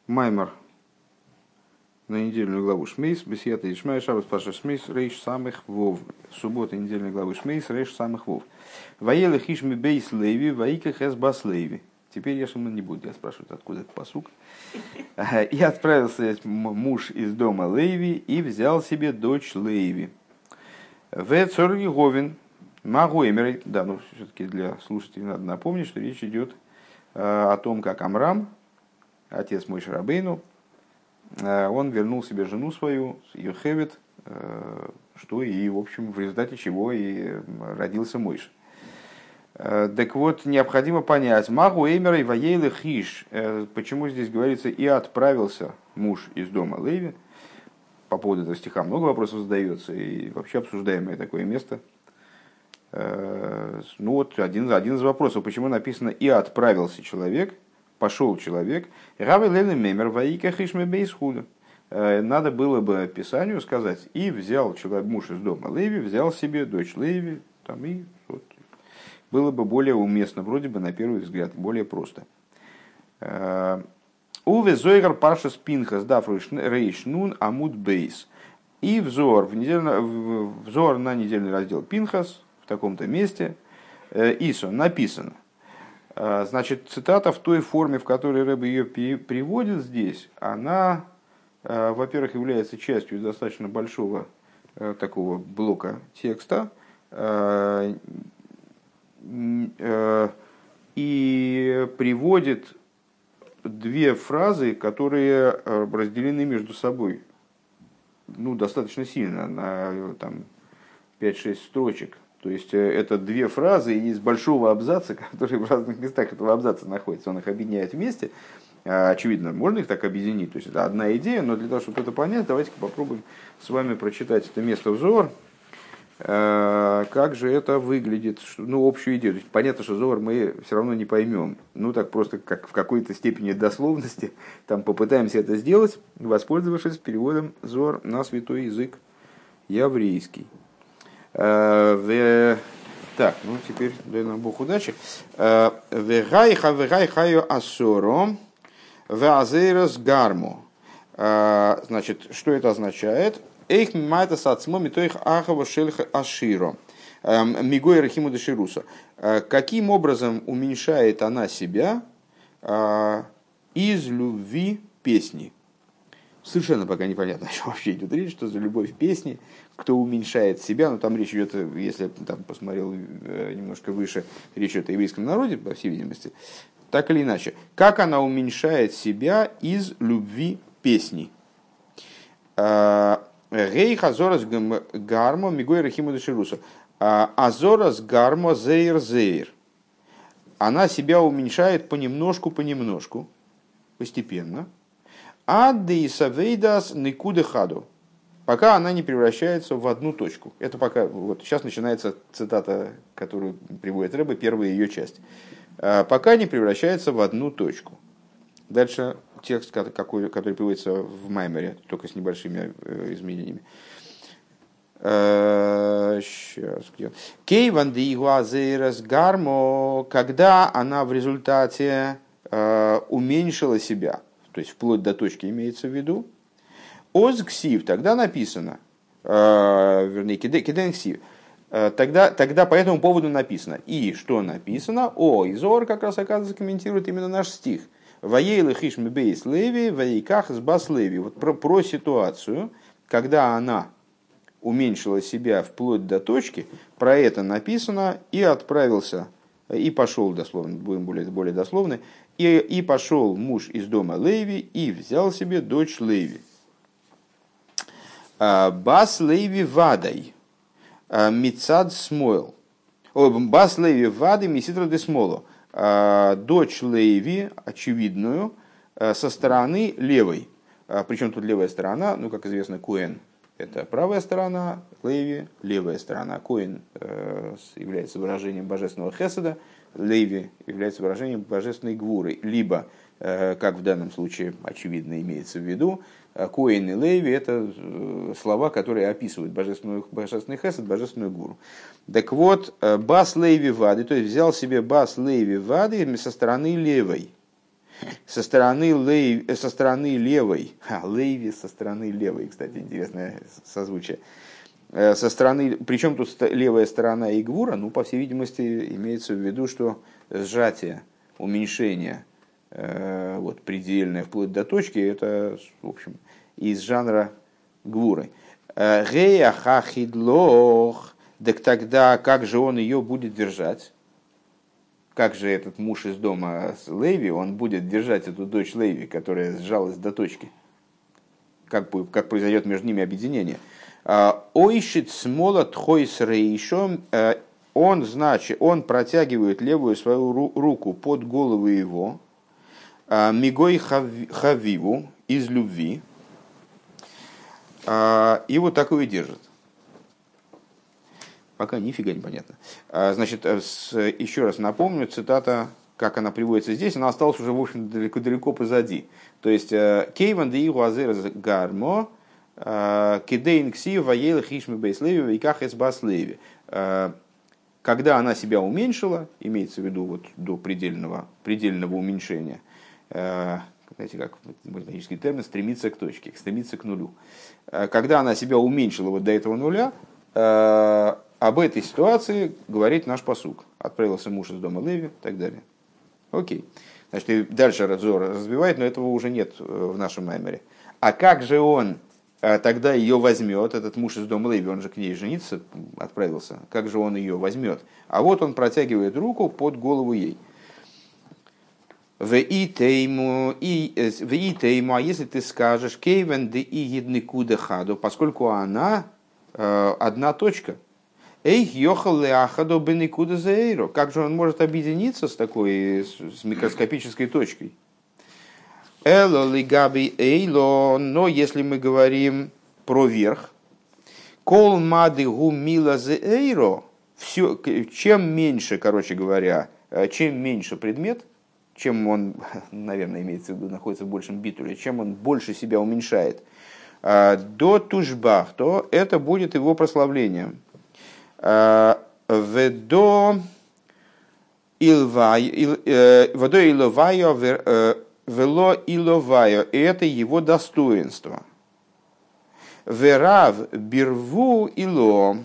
Маймер на недельную главу Шмейс, Бесията Ишмая, Шаббат Паша Шмейс, Рейш самых вов. Суббота недельной главы Шмейс, Рейш самых вов. Ваелы хишми бейс лейви, ваика хэс бас лейви. Теперь я не буду, я спрашиваю, откуда этот пасук. И отправился муж из дома Лейви и взял себе дочь Лейви. В Цорги Говин, Магуэмер, да, ну все-таки для слушателей надо напомнить, что речь идет о том, как Амрам, отец Моше Рабейну, он вернул себе жену свою, Йохевед, что и, в общем, в результате чего и родился Моше. Так вот, необходимо понять, Магу Эймера и Ваейлы Хиш, почему здесь говорится «и отправился муж из дома Лейви». По поводу этого стиха много вопросов задается, и вообще обсуждаемое такое место. Ну вот, один из вопросов, почему написано «и отправился человек», «пошел человек», «Равы Лейли Мемер Ваика Хишме Бейсхуда». Надо было бы Писанию сказать «и взял человек, муж из дома Лейви, взял себе дочь Лейви», там и вот. Было бы более уместно, вроде бы, на первый взгляд, более просто. Уве зойгар паршас пинхас дав рейшнун амуд бейс. И взор на недельный раздел Пинхас в таком-то месте. Исо написано. Значит, цитата в той форме, в которой Ребе ее приводит здесь, она, во-первых, является частью достаточно большого такого блока текста, и приводит две фразы, которые разделены между собой достаточно сильно, на 5-6 строчек. То есть это две фразы из большого абзаца, которые в разных местах этого абзаца находятся. Он их объединяет вместе. Очевидно, можно их так объединить. То есть это одна идея, но для того, чтобы это понять, давайте попробуем с вами прочитать это место в Зоар. Как же это выглядит, общую идею. То есть понятно, что Зоар мы все равно не поймем. Так просто как в какой-то степени дословности там попытаемся это сделать, воспользовавшись переводом Зоар на святой язык еврейский. Так, теперь дай нам Бог удачи. Вегайхаю асоро веазейрос гармо. Значит, что это означает? Эйх мимайта сацмо митоих ахава шельха аширо. Мигой рахиму дешируса. Каким образом уменьшает она себя из любви песни? Совершенно пока непонятно, о чем вообще идет речь, что за любовь песни, кто уменьшает себя. Но там речь идет, если я там посмотрел немножко выше, речь идет о еврейском народе, по всей видимости. Так или иначе, как она уменьшает себя из любви песни? Гей азорас гармо мигой рахиму дешируса. Азорас гармо зейр. Она себя уменьшает понемножку, постепенно. Адды савейдас никуде хаду. Пока она не превращается в одну точку. Это пока, вот сейчас начинается цитата, которую приводит Ребе, первая ее часть. Пока не превращается в одну точку. Дальше текст, который приводится в Маймере, только с небольшими изменениями. Кейван диигуазейрас гармо, когда она в результате уменьшила себя, то есть вплоть до точки имеется в виду, озксив, тогда написано, вернее, киденксив, тогда по этому поводу написано. И что написано? И Зоар как раз, оказывается, комментирует именно наш стих. Ваейлы хишми бейс леви, ваейках с бас леви. Вот про ситуацию, когда она уменьшила себя вплоть до точки, про это написано, и отправился, и пошел, дословно, будем более дословны, и пошел муж из дома Лейви и взял себе дочь Лейви. Бас Лейви вадай, мицад смойл. Бас Лейви вадай, миситра де смоло. Дочь Лейви, очевидную, со стороны левой. Причем тут левая сторона, как известно, Коэн – это правая сторона, Лейви – левая сторона. Коэн является выражением божественного хеседа, Лейви является выражением божественной гвуры. Либо, как в данном случае очевидно имеется в виду, Коэн и Лейви – это слова, которые описывают божественный хесед, божественную гвуру. Так вот, бас Лейви вады, то есть взял себе бас Лейви вады со стороны левой. со стороны левой, Лейви со стороны левой, кстати, интересное созвучие, со стороны, причем тут левая сторона и гвура, ну, по всей видимости, имеется в виду, что сжатие, уменьшение, вот, предельное, вплоть до точки, это, в общем, из жанра гвуры. Гея хахидлох, так тогда как же он ее будет держать? Как же этот муж из дома Леви, он будет держать эту дочь Леви, которая сжалась до точки? Как произойдет между ними объединение? Ойшит смолот хойс рейшом, он протягивает левую свою руку под голову его, мигой хавиву, из любви, и вот такое держит. Пока нифига не понятно. Значит, еще раз напомню, цитата, как она приводится здесь, она осталась уже, в общем, далеко позади. То есть, «Кейван де игу азер гармо, кидейн кси ваел хишми бейслеви вейках эс баслеви». Когда она себя уменьшила, имеется в виду вот до предельного уменьшения, знаете, как математический термин, стремиться к точке, стремиться к нулю. Когда она себя уменьшила вот до этого нуля, об этой ситуации говорит наш пасук. Отправился муж из дома Леви и так далее. Окей. Значит, и дальше Зор развивает, но этого уже нет в нашем маймере. А как же он тогда ее возьмет, этот муж из дома Леви, он же к ней жениться отправился, как же он ее возьмет? А вот он протягивает руку под голову ей. А если ты скажешь, кейвен де и едникуда хаду, поскольку она одна точка, эйх йохал леахадо беникуда заэйро, как же он может объединиться с микроскопической точкой? Эло лигаби эйло, но если мы говорим про верх, кол мады гу мила заэйро, чем меньше, короче говоря, чем меньше предмет, чем он, наверное, имеется в виду, находится в большем битуле, чем он больше себя уменьшает, до тушбах, то это будет его прославлением. Водо иловайо вело иловайо, и это его достоинство. Верав бирву ило,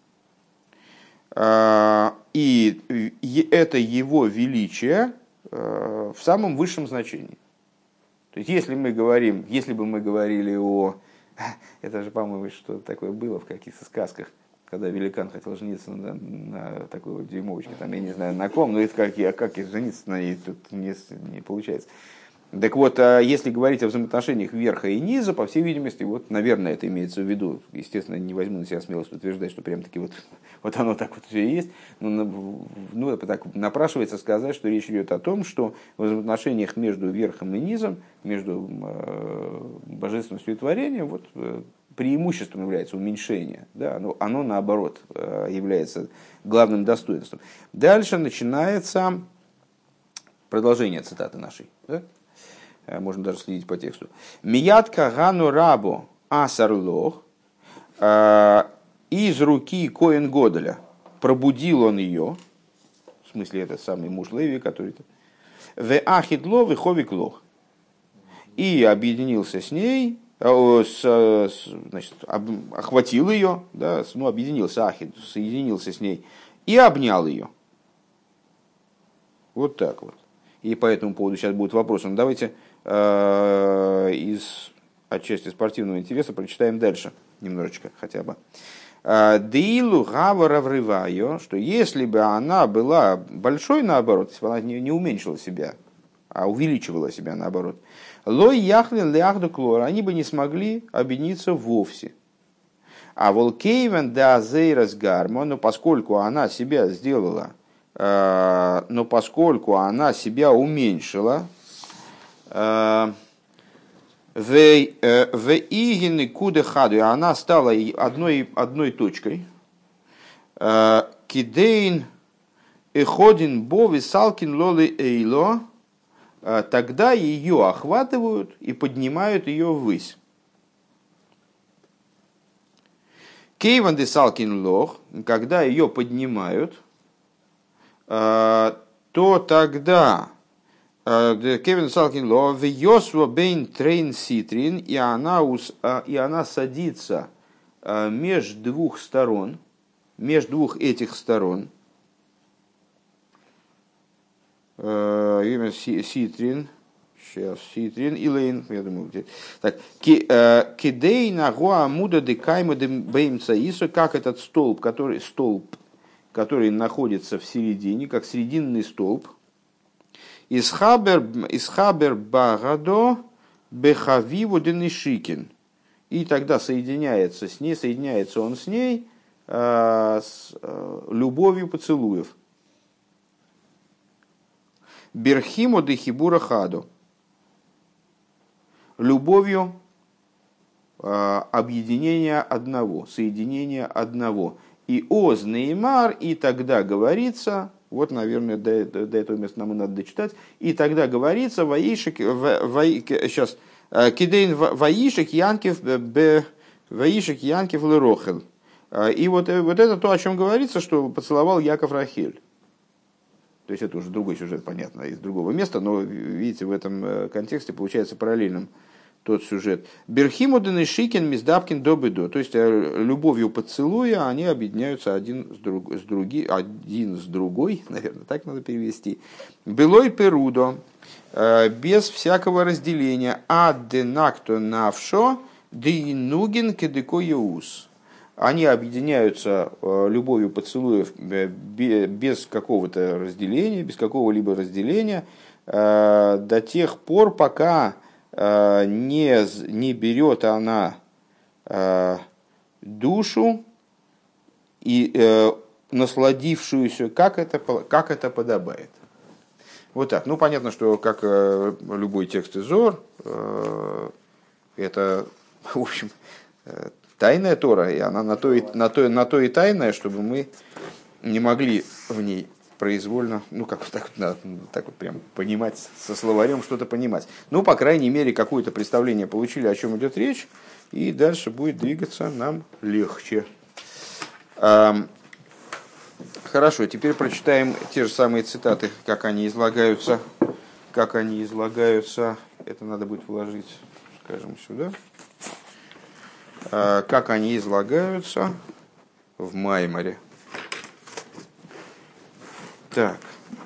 и это его величие в самом высшем значении. То есть, если бы мы говорили о... Это же, по-моему, что-то такое было в каких-то сказках, когда великан хотел жениться на такой вот дюймовочке, там, я не знаю, на ком, но это как жениться на ней тут не получается. Так вот, если говорить о взаимоотношениях верха и низа, по всей видимости, вот, наверное, это имеется в виду. Естественно, не возьму на себя смелость утверждать, что прям таки вот оно так вот все и есть. Но так напрашивается сказать, что речь идет о том, что в взаимоотношениях между верхом и низом, между божественностью и творением, вот, преимуществом является уменьшение. Да, оно наоборот является главным достоинством. Дальше начинается продолжение цитаты нашей. Да? Можно даже следить по тексту. Миятка гану рабу асарлох, из руки Коэн Годеля пробудил он ее, в смысле этот самый муж Леви, который в ахидло виховик лох, и объединился с ней, значит, охватил ее, да, объединился ахид, соединился с ней и обнял ее. Вот так вот. И по этому поводу сейчас будет вопрос. Но давайте из отчасти спортивного интереса прочитаем дальше немножечко хотя бы. Деилу гавара врываю, что если бы она была большой, наоборот, если бы она не уменьшила себя, а увеличивала себя, наоборот, лой яхлин ляхду клор, они бы не смогли объединиться вовсе. А волкейвен да зейрас гармо, но поскольку она себя сделала, но поскольку она себя уменьшила, в игины куды хаду, она стала одной точкой, кидейн эходин бови салкин лоли эйло, тогда ее охватывают и поднимают ее ввысь. Кейван де салкин лох, когда ее поднимают, то тогда Кевин Салкин Ло, в Йосва Бейн Трейн Ситрин, и она садится между двух сторон, между двух этих сторон, именно Ситрин, сейчас Ситрин и Лейн, я думаю, где. Так, Кидей Нагуа Муда Декайма Беймца Ису, как этот столб, который находится в середине, как срединный столб. Исхабер Багадо Бехавиву Денишикин. И тогда соединяется он с ней с любовью поцелуев. Берхиму Дехибура Хаду. Любовью объединения одного, соединения одного. И оз неймар, и тогда говорится, вот, наверное, до этого места нам и надо дочитать, и тогда говорится, сейчас, кидейн ваишек янкев лерохел. И вот это то, о чем говорится, что поцеловал Яков Рахель. То есть это уже другой сюжет, понятно, из другого места, но, видите, в этом контексте получается параллельным тот сюжет. Берхиму денешикин миздавкин добыдо. То есть любовью поцелуя они объединяются один с другой, наверное, так надо перевести. Белой перудо, без всякого разделения. Адденакто навшо дейнугин кедеко еус. Они объединяются любовью поцелуев без какого-то разделения, без какого-либо разделения до тех пор, пока не берет она душу и насладившуюся, как это подобает. Вот так. Ну, понятно, что как любой текст из Зоар, это, в общем, тайная Тора, и она на то и тайная, чтобы мы не могли в ней произвольно, ну как так вот прям понимать, со словарем что-то понимать. Ну, по крайней мере, какое-то представление получили, о чем идет речь, и дальше будет двигаться нам легче. Хорошо, теперь прочитаем те же самые цитаты, как они излагаются. Это надо будет вложить, скажем, сюда. Как они излагаются в Майморе. Так.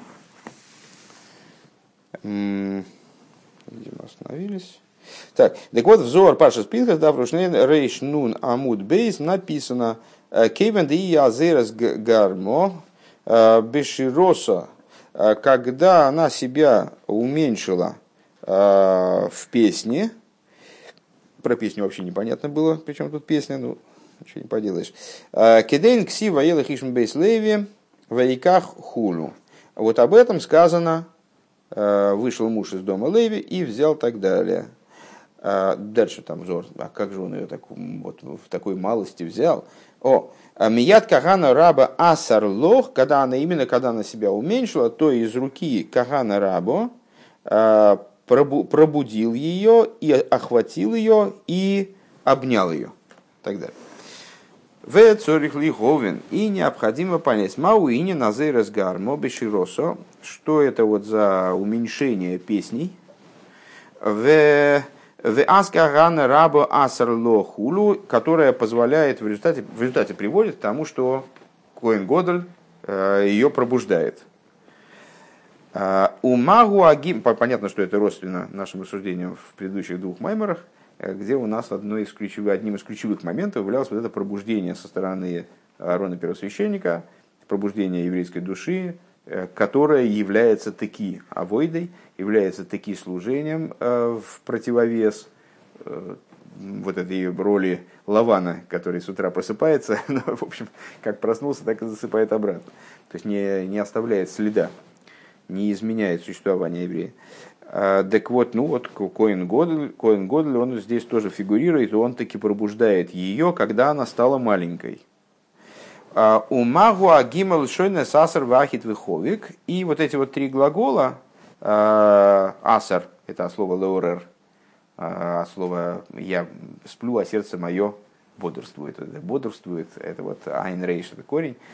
Где мы остановились? Так вот, в Зоар Пашас Пинхас, Даврушнейн, Рейш Нун Амуд Бейс написано Кейвен Ди Азерас Гармо Бешироса, когда она себя уменьшила в песне. Про песню вообще непонятно было, причем тут песня, ну, ничего не поделаешь. Кедейн кси ваела хишм бейс леви ваиках хулу. Вот об этом сказано, вышел муж из дома Леви и взял так далее. Дальше там Зор, а как же он ее так, вот, в такой малости взял? Мият кагана раба асар лох, когда она себя уменьшила, то из руки кагана рабо пробудил ее и охватил ее и обнял ее. Так далее. В цорих лиховен. И необходимо понять, мауини назейрас гармо беширосо, что это вот за уменьшение песней. В аскарана рабо асарло хулу, которая позволяет, в результате приводит к тому, что Коэн Годель ее пробуждает. Умагу агим, понятно, что это родственно нашим рассуждениям в предыдущих двух майморах, где у нас одним из ключевых моментов являлось вот это пробуждение со стороны Аарона первосвященника, пробуждение еврейской души, которое является таки авойдой, является таки служением в противовес вот этой роли Лавана, который с утра просыпается, но, в общем, как проснулся, так и засыпает обратно. То есть не оставляет следа, не изменяет существование еврея. Так вот, Коэн Годель, он здесь тоже фигурирует, и он таки пробуждает ее, когда она стала маленькой. Умагу агимал шойне сасар вахит виховик. И вот эти вот три глагола, асар, это слово леорер, слово я сплю, а сердце мое бодрствует. Это вот айн рейш, это корень.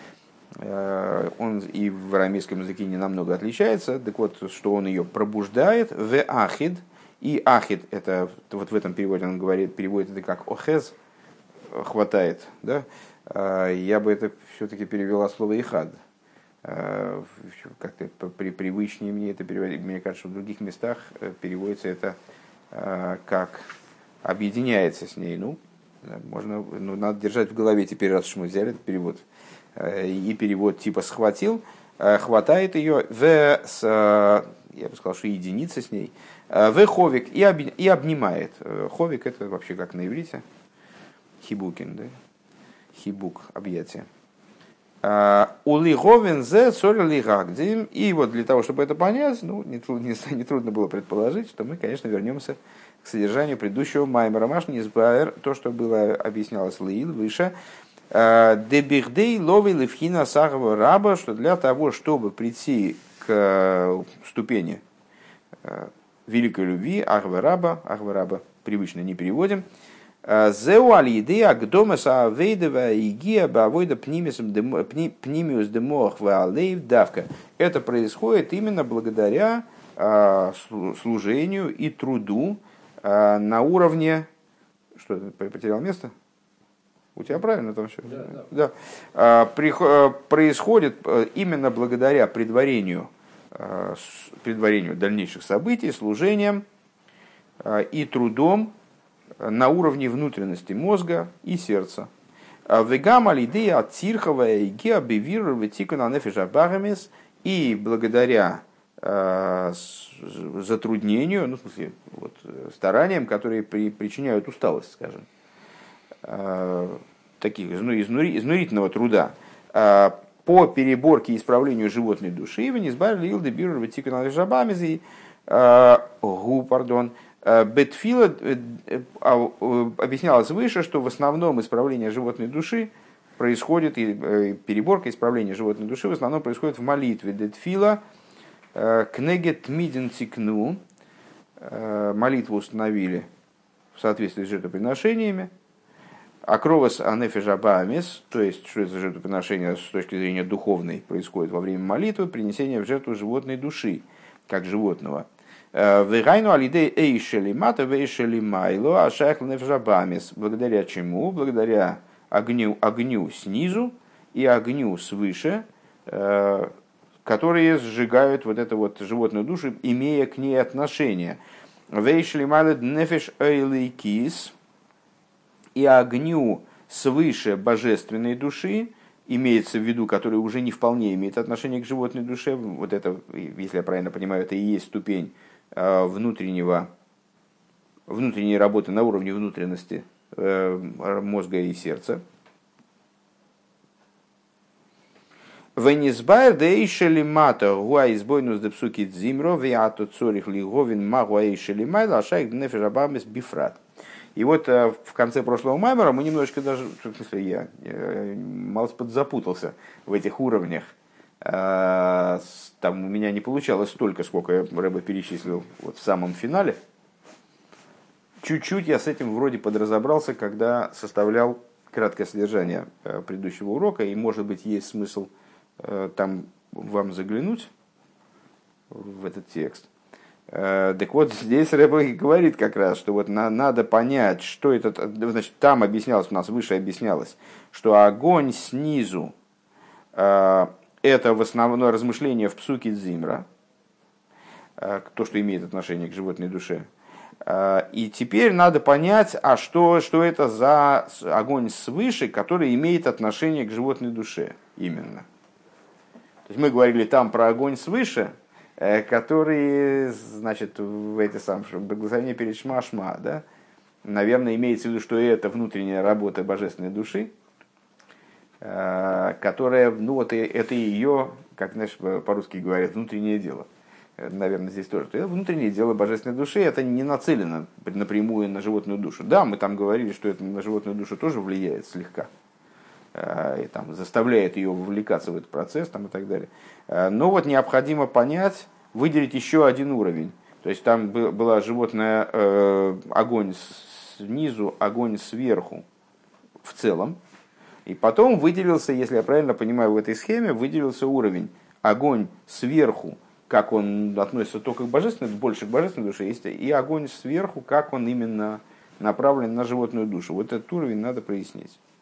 Он и в арамейском языке не намного отличается. Так вот, что он ее пробуждает, в ахид. И ахид, это вот в этом переводе он говорит, переводит это как охез, хватает. Да? Я бы это все-таки перевела слово ихад. Как-то привычнее мне это переводить. Мне кажется, что в других местах переводится это как объединяется с ней. Ну, можно, надо держать в голове теперь, раз уж мы взяли этот перевод. И перевод типа «схватил», хватает ее, я бы сказал, что единица с ней, в ховик и обнимает. Ховик — это вообще как на иврите, хибукин, да? Хибук, объятие. Улиговен зе сорили гагдим. И вот для того, чтобы это понять, нетрудно было предположить, что мы, конечно, вернемся к содержанию предыдущего маймера Машни Избаэр, то, что было объяснялось Леил выше. Дебихдей лови левхина сахава раба, что для того, чтобы прийти к ступени великой любви, ахва раба привычно не переводим, зеу алиды агдомаса авейдева игия бавойда пнимиус демох ваалейв давка. Это происходит именно благодаря служению и труду на уровне... Что, потерял место? У тебя правильно там все? Да. Происходит именно благодаря предварению дальнейших событий, служением и трудом на уровне внутренности мозга и сердца. Вегам алидея от Тирхова и Геобивир Ветикана Нефишабагамес, и благодаря затруднению, в смысле, стараниям, которые причиняют усталость, скажем, таких изнурительного труда, по переборке и исправлению животной души, в Низбар Лил Дебир Ветикана Нефишабагамес, Бетфила объяснялось выше, что в основном исправление животной души происходит, и переборка исправления животной души в основном происходит в молитве. Детфила кнегет миден тикну, молитву установили в соответствии с жертвоприношениями. Акровас анефежабамес, то есть, что это за жертвоприношение с точки зрения духовной, происходит во время молитвы, принесения в жертву животной души, как животного. Благодаря чему? Благодаря огню снизу и огню свыше, которые сжигают вот эту вот животную душу, имея к ней отношение. И огню свыше божественной души, имеется в виду, который уже не вполне имеет отношение к животной душе. Вот это, если я правильно понимаю, это и есть ступень внутренней работы на уровне внутренности мозга и сердца. Венисбайр дейшели мата гуаизбойнус депсуки дзимро виато цорих лиговин магуаишели майла шайк нефежабамес бифрат. И вот в конце прошлого маймера мы немножечко даже, в смысле я мало подзапутался в этих уровнях. Там у меня не получалось столько, сколько Рэбе перечислил вот в самом финале. Чуть-чуть я с этим вроде подразобрался, когда составлял краткое содержание предыдущего урока, и, может быть, есть смысл там вам заглянуть в этот текст. Так вот, здесь Рэбе говорит как раз, что вот надо понять, что это... Значит, там объяснялось, у нас выше объяснялось, что огонь снизу это в основном размышление в псуке Дзимра, то, что имеет отношение к животной душе. И теперь надо понять, что это за огонь свыше, который имеет отношение к животной душе именно. То есть мы говорили там про огонь свыше, который, значит, в эти самые благословения перед Шма-Шма, да? Наверное, имеется в виду, что это внутренняя работа божественной души, которая, это ее, как, знаешь, по-русски говорят, внутреннее дело. Наверное, здесь тоже. Это внутреннее дело божественной души, это не нацелено напрямую на животную душу. Да, мы там говорили, что это на животную душу тоже влияет слегка, и там заставляет ее вовлекаться в этот процесс там, и так далее. Но вот необходимо понять, выделить еще один уровень. То есть там была животная огонь снизу, огонь сверху в целом. И потом выделился, если я правильно понимаю, в этой схеме выделился уровень огонь сверху, как он относится только к божественной, больше к божественной душе, есть и огонь сверху, как он именно направлен на животную душу. Вот этот уровень надо прояснить.